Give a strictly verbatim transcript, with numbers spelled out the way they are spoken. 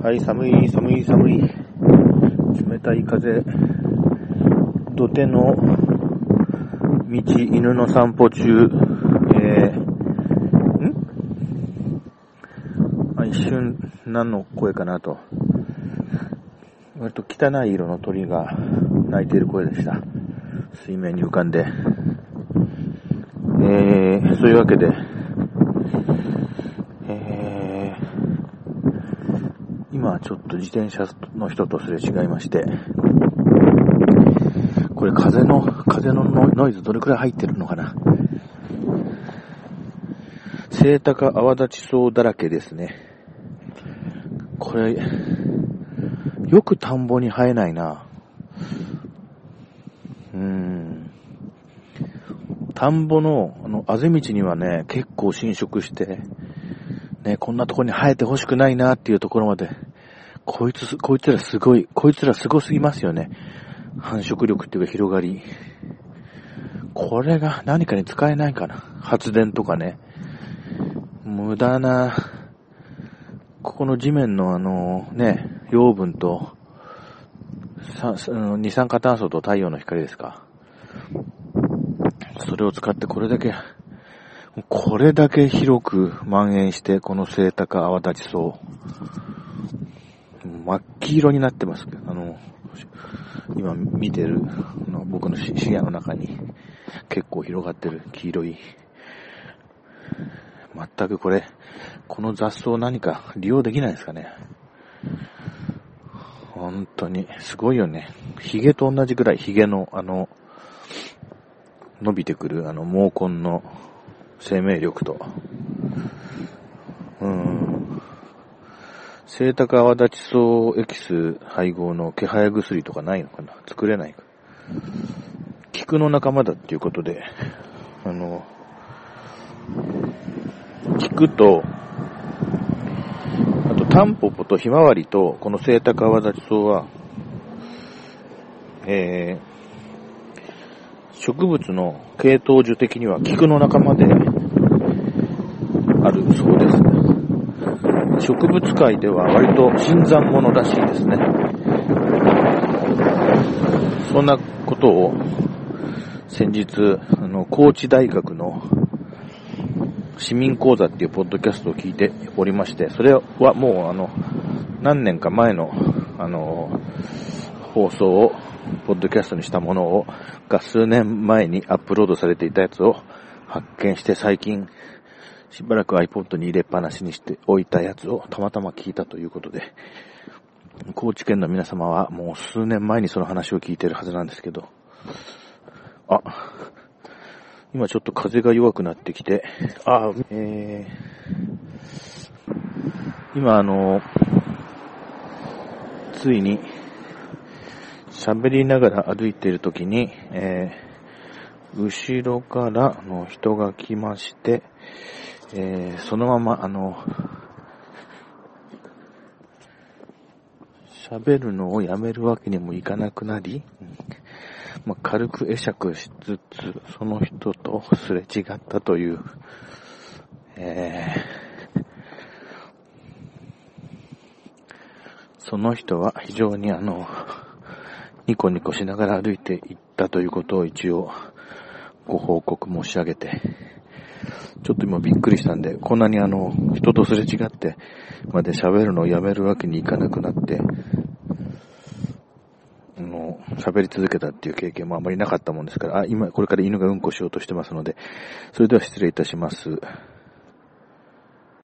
はい、寒い、寒い、寒い。冷たい風。土手の道、犬の散歩中。えー、んあ一瞬、何の声かなと。割と汚い色の鳥が鳴いている声でした。水面に浮かんで。えー、そういうわけで、えー、今ちょっと自転車の人とすれ違いまして、これ風の、風のノイズどれくらい入ってるのかな。セイタカアワダチソウだらけですね。これ、よく田んぼに生えないな。うーん。田んぼの、あの、あぜ道にはね、結構侵食して、ね、こんなところに生えてほしくないなっていうところまで、こいつ、こいつらすごい、こいつらすごすぎますよね。繁殖力っていうか広がり。これが何かに使えないかな。発電とかね。無駄な、ここの地面のあの、ね、養分と、二酸化炭素と太陽の光ですか。それを使ってこれだけ、これだけ広く蔓延して、このセイタカアワダチソウ。真っ黄色になってますけど、あの、今見てるの僕の視野の中に結構広がってる黄色い。全くこれ、この雑草何か利用できないですかね。本当に、すごいよね。ヒゲと同じぐらい、ヒゲのあの、伸びてくるあの毛根の生命力と、うーん、セイタカアワダチソウエキス配合の気配薬とかないのかな。作れないか。菊の仲間だっていうことで、あの、菊と、あとタンポポとひまわりと、このセイタカアワダチソウは、えー、植物の系統樹的には菊の仲間であるそうです。植物界では割と新参者らしいですね。そんなことを先日、あの、高知大学の市民講座っていうポッドキャストを聞いておりまして、それはもうあの、何年か前の、あの、放送を、ポッドキャストにしたものを、が数年前にアップロードされていたやつを発見して、最近、しばらく iPod に入れっぱなしにしておいたやつをたまたま聞いたということで、高知県の皆様はもう数年前にその話を聞いているはずなんですけど、あ、今ちょっと風が弱くなってきて、あ、えー、今あの、ついに喋りながら歩いているときに、えー、後ろからの人が来まして、えー、そのままあの、喋るのをやめるわけにもいかなくなり、まあ、軽く会釈しつつ、その人とすれ違ったという、えー、その人は非常にあの、ニコニコしながら歩いていったということを一応ご報告申し上げて、ちょっと今びっくりしたんで、こんなにあの、人とすれ違ってまで喋るのをやめるわけにいかなくなって、あの、喋り続けたっていう経験もあまりなかったもんですから、あ、今これから犬がうんこしようとしてますので、それでは失礼いたします。